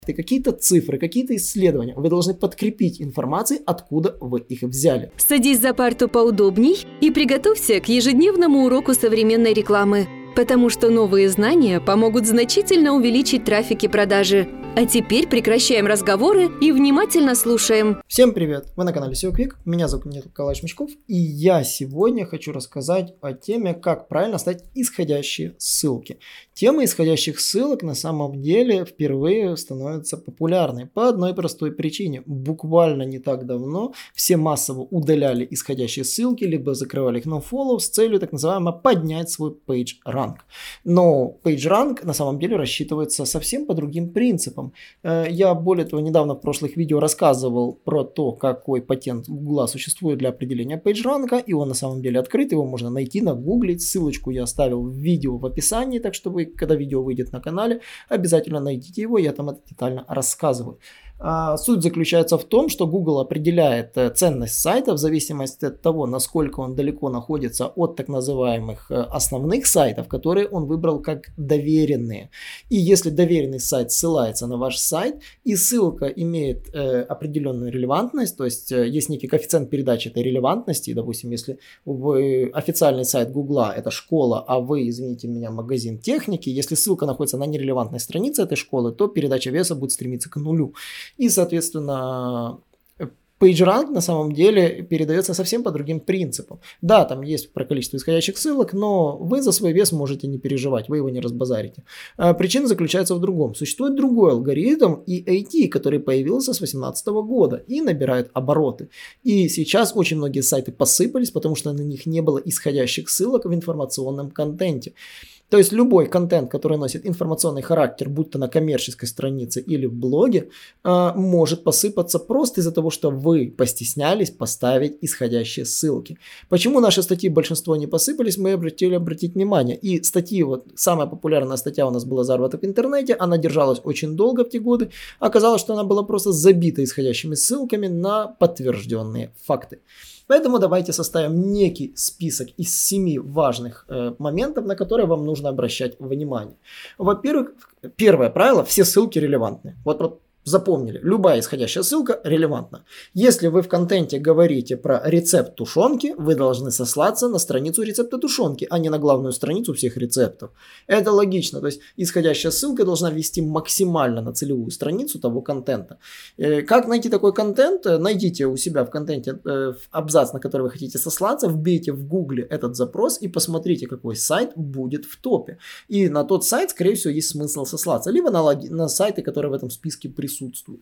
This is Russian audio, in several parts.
какие-то цифры, какие-то исследования. Вы должны подкрепить информацией, откуда вы их взяли. Садись за парту поудобней и приготовься к ежедневному уроку современной рекламы, потому что новые знания помогут значительно увеличить трафик и продажи. А теперь прекращаем разговоры и внимательно слушаем. Всем привет! Вы на канале SEO Quick. Меня зовут Николай Шмичков. И я сегодня хочу рассказать о теме, как правильно ставить исходящие ссылки. Тема исходящих ссылок на самом деле впервые становится популярной по одной простой причине. Буквально не так давно все массово удаляли исходящие ссылки, либо закрывали их nofollow с целью так называемо поднять свой PageRank. Но PageRank на самом деле рассчитывается совсем по другим принципам. Я более того недавно в прошлых видео рассказывал про то, какой патент Гугла существует для определения PageRank, и он на самом деле открыт, его можно найти, нагуглить. Ссылочку я оставил в видео в описании, так что вы, когда видео выйдет на канале, обязательно найдите его, я там это детально рассказываю. Суть заключается в том, что Google определяет ценность сайта в зависимости от того, насколько он далеко находится от так называемых основных сайтов, которые он выбрал как доверенные. И если доверенный сайт ссылается на ваш сайт, и ссылка имеет определенную релевантность, то есть есть некий коэффициент передачи этой релевантности, допустим, если официальный сайт Google это школа, а вы, извините меня, магазин техники, если ссылка находится на нерелевантной странице этой школы, то передача веса будет стремиться к нулю. И, соответственно, PageRank на самом деле передается совсем по другим принципам. Да, там есть про количество исходящих ссылок, но вы за свой вес можете не переживать, вы его не разбазарите. Причина заключается в другом. Существует другой алгоритм EAT, который появился с 2018 года и набирает обороты. И сейчас очень многие сайты посыпались, потому что на них не было исходящих ссылок в информационном контенте. То есть любой контент, который носит информационный характер, будь то на коммерческой странице или в блоге, может посыпаться просто из-за того, что вы постеснялись поставить исходящие ссылки. Почему наши статьи большинство не посыпались, мы обратить внимание. И статьи, вот самая популярная статья у нас была «Заработок в интернете», она держалась очень долго в те годы. Оказалось, что она была просто забита исходящими ссылками на подтвержденные факты. Поэтому давайте составим некий список из 7 важных моментов, на которые вам нужно обращать внимание. Во-первых, первое правило – все ссылки релевантны. Вот запомнили, любая исходящая ссылка релевантна. Если вы в контенте говорите про рецепт тушенки, вы должны сослаться на страницу рецепта тушенки, а не на главную страницу всех рецептов. Это логично, то есть исходящая ссылка должна вести максимально на целевую страницу того контента. Как найти такой контент? Найдите у себя в контенте абзац, на который вы хотите сослаться, вбейте в гугле этот запрос и посмотрите, какой сайт будет в топе. И на тот сайт, скорее всего, есть смысл сослаться, либо на сайты, которые в этом списке присутствуют.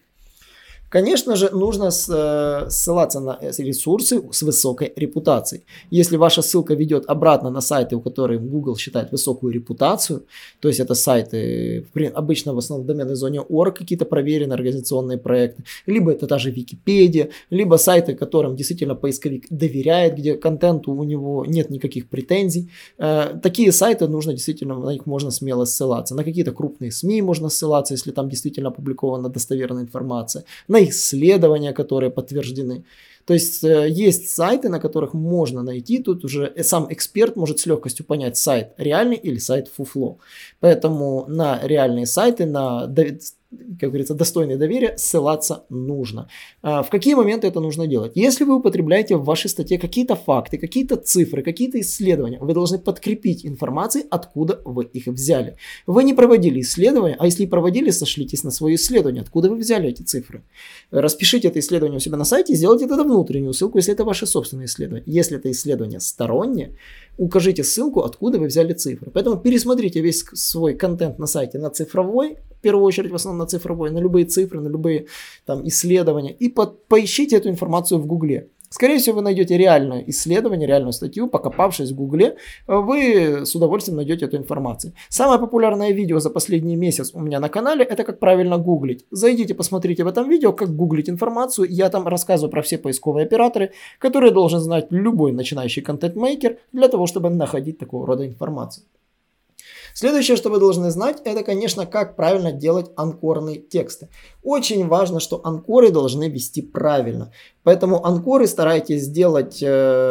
Конечно же, нужно ссылаться на ресурсы с высокой репутацией. Если ваша ссылка ведет обратно на сайты, у которых Google считает высокую репутацию, то есть это сайты, обычно в основном в доменной зоне .org, какие-то проверенные организационные проекты, либо это та же Википедия, либо сайты, которым действительно поисковик доверяет, где контенту у него нет никаких претензий. Такие сайты нужно действительно, на них можно смело ссылаться. На какие-то крупные СМИ можно ссылаться, если там действительно опубликована достоверная информация. На исследования, которые подтверждены. То есть есть сайты, на которых можно найти, тут уже сам эксперт может с легкостью понять, сайт реальный или сайт фуфло. Поэтому на реальные сайты, на, как говорится, достойное доверия ссылаться нужно. В какие моменты это нужно делать? Если вы употребляете в вашей статье какие-то факты, какие-то цифры, какие-то исследования, вы должны подкрепить информацией, откуда вы их взяли. Вы не проводили исследования, а если и проводили, сошлитесь на свои исследования, откуда вы взяли эти цифры. Распишите это исследование у себя на сайте и сделайте это внутреннюю ссылку, если это ваше собственное исследование. Если это исследование стороннее, укажите ссылку, откуда вы взяли цифры. Поэтому пересмотрите весь свой контент на сайте на цифровой, в первую очередь в основном на цифровой, на любые цифры, на любые там исследования, и поищите эту информацию в Гугле. Скорее всего, вы найдете реальное исследование, реальную статью, покопавшись в Гугле, вы с удовольствием найдете эту информацию. Самое популярное видео за последний месяц у меня на канале – это как правильно гуглить. Зайдите, посмотрите в этом видео, как гуглить информацию. Я там рассказываю про все поисковые операторы, которые должен знать любой начинающий контент-мейкер для того, чтобы находить такого рода информацию. Следующее, что вы должны знать, это, конечно, как правильно делать анкорные тексты. Очень важно, что анкоры должны вести правильно. Поэтому анкоры старайтесь сделать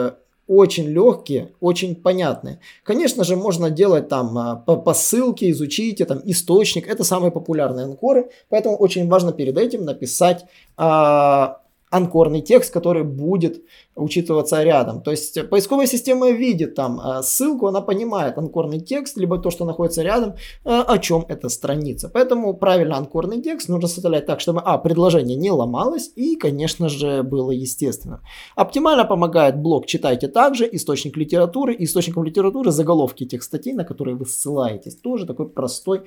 очень легкие, очень понятные. Конечно же, можно делать там по ссылке, изучите там источник. Это самые популярные анкоры, поэтому очень важно перед этим написать анкорный текст, который будет учитываться рядом. То есть поисковая система видит там ссылку, она понимает анкорный текст, либо то, что находится рядом, о чем эта страница. Поэтому правильно анкорный текст нужно составлять так, чтобы предложение не ломалось и, конечно же, было естественно. Оптимально помогает блок «Читайте также», источник литературы. Источником литературы заголовки тех статей, на которые вы ссылаетесь. Тоже такой простой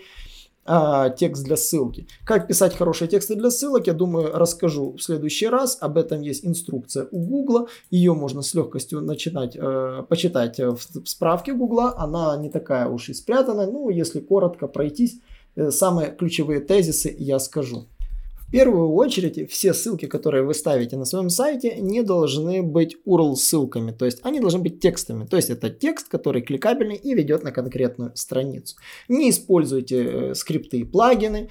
текст для ссылки. Как писать хорошие тексты для ссылок, я думаю, расскажу в следующий раз. Об этом есть инструкция у Гугла. Ее можно с легкостью начинать почитать в справке Гугла. Она не такая уж и спрятанная. Ну, если коротко пройтись, самые ключевые тезисы я скажу. В первую очередь, все ссылки, которые вы ставите на своем сайте, не должны быть URL-ссылками, то есть они должны быть текстами. То есть это текст, который кликабельный и ведет на конкретную страницу. Не используйте скрипты и плагины.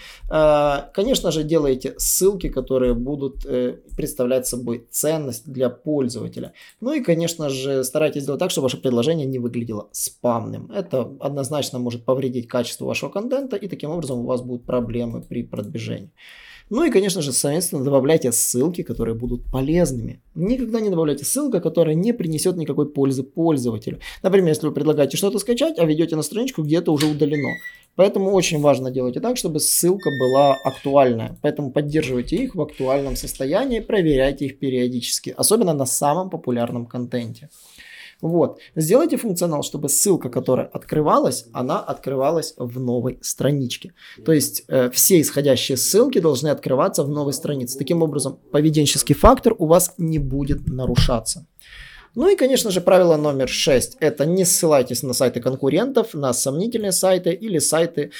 Конечно же, делайте ссылки, которые будут представлять собой ценность для пользователя. Ну и, конечно же, старайтесь сделать так, чтобы ваше предложение не выглядело спамным. Это однозначно может повредить качеству вашего контента, и таким образом у вас будут проблемы при продвижении. Ну и, конечно же, соответственно, добавляйте ссылки, которые будут полезными. Никогда не добавляйте ссылку, которая не принесет никакой пользы пользователю. Например, если вы предлагаете что-то скачать, а ведете на страничку, где это уже удалено. Поэтому очень важно делать так, чтобы ссылка была актуальная. Поэтому поддерживайте их в актуальном состоянии, проверяйте их периодически, особенно на самом популярном контенте. Вот. Сделайте функционал, чтобы ссылка, которая открывалась, она открывалась в новой страничке. То есть все исходящие ссылки должны открываться в новой странице. Таким образом, поведенческий фактор у вас не будет нарушаться. Ну и, конечно же, правило номер 6. Это не ссылайтесь на сайты конкурентов, на сомнительные сайты или сайты,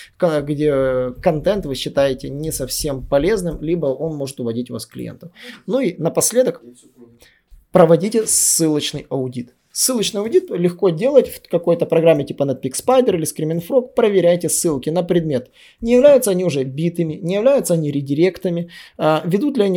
где контент вы считаете не совсем полезным, либо он может уводить вас клиентов. Ну и напоследок, проводите ссылочный аудит. Ссылочный аудит легко делать в какой-то программе типа NetPeak-Spider или Screaming Frog. Проверяйте ссылки на предмет, не являются они уже битыми, не являются они редиректами, дают ли они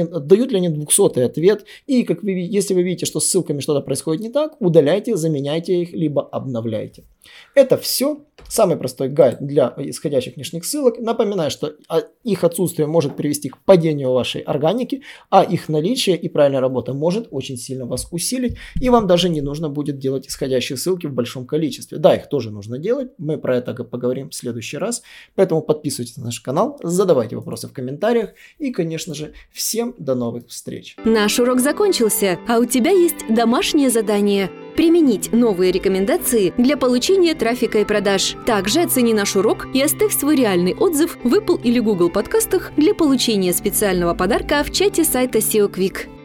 200-й ответ. И если вы видите, что с ссылками что-то происходит не так, удаляйте, заменяйте их, либо обновляйте. Это все. Самый простой гайд для исходящих внешних ссылок. Напоминаю, что их отсутствие может привести к падению вашей органики, а их наличие и правильная работа может очень сильно вас усилить, и вам даже не нужно будет делать исходящие ссылки в большом количестве. Да, их тоже нужно делать, мы про это поговорим в следующий раз, поэтому подписывайтесь на наш канал, задавайте вопросы в комментариях и, конечно же, всем до новых встреч. Наш урок закончился, а у тебя есть домашнее задание – применить новые рекомендации для получения трафика и продаж. Также оцени наш урок и оставь свой реальный отзыв в Apple или Google подкастах для получения специального подарка в чате сайта SEO Quick.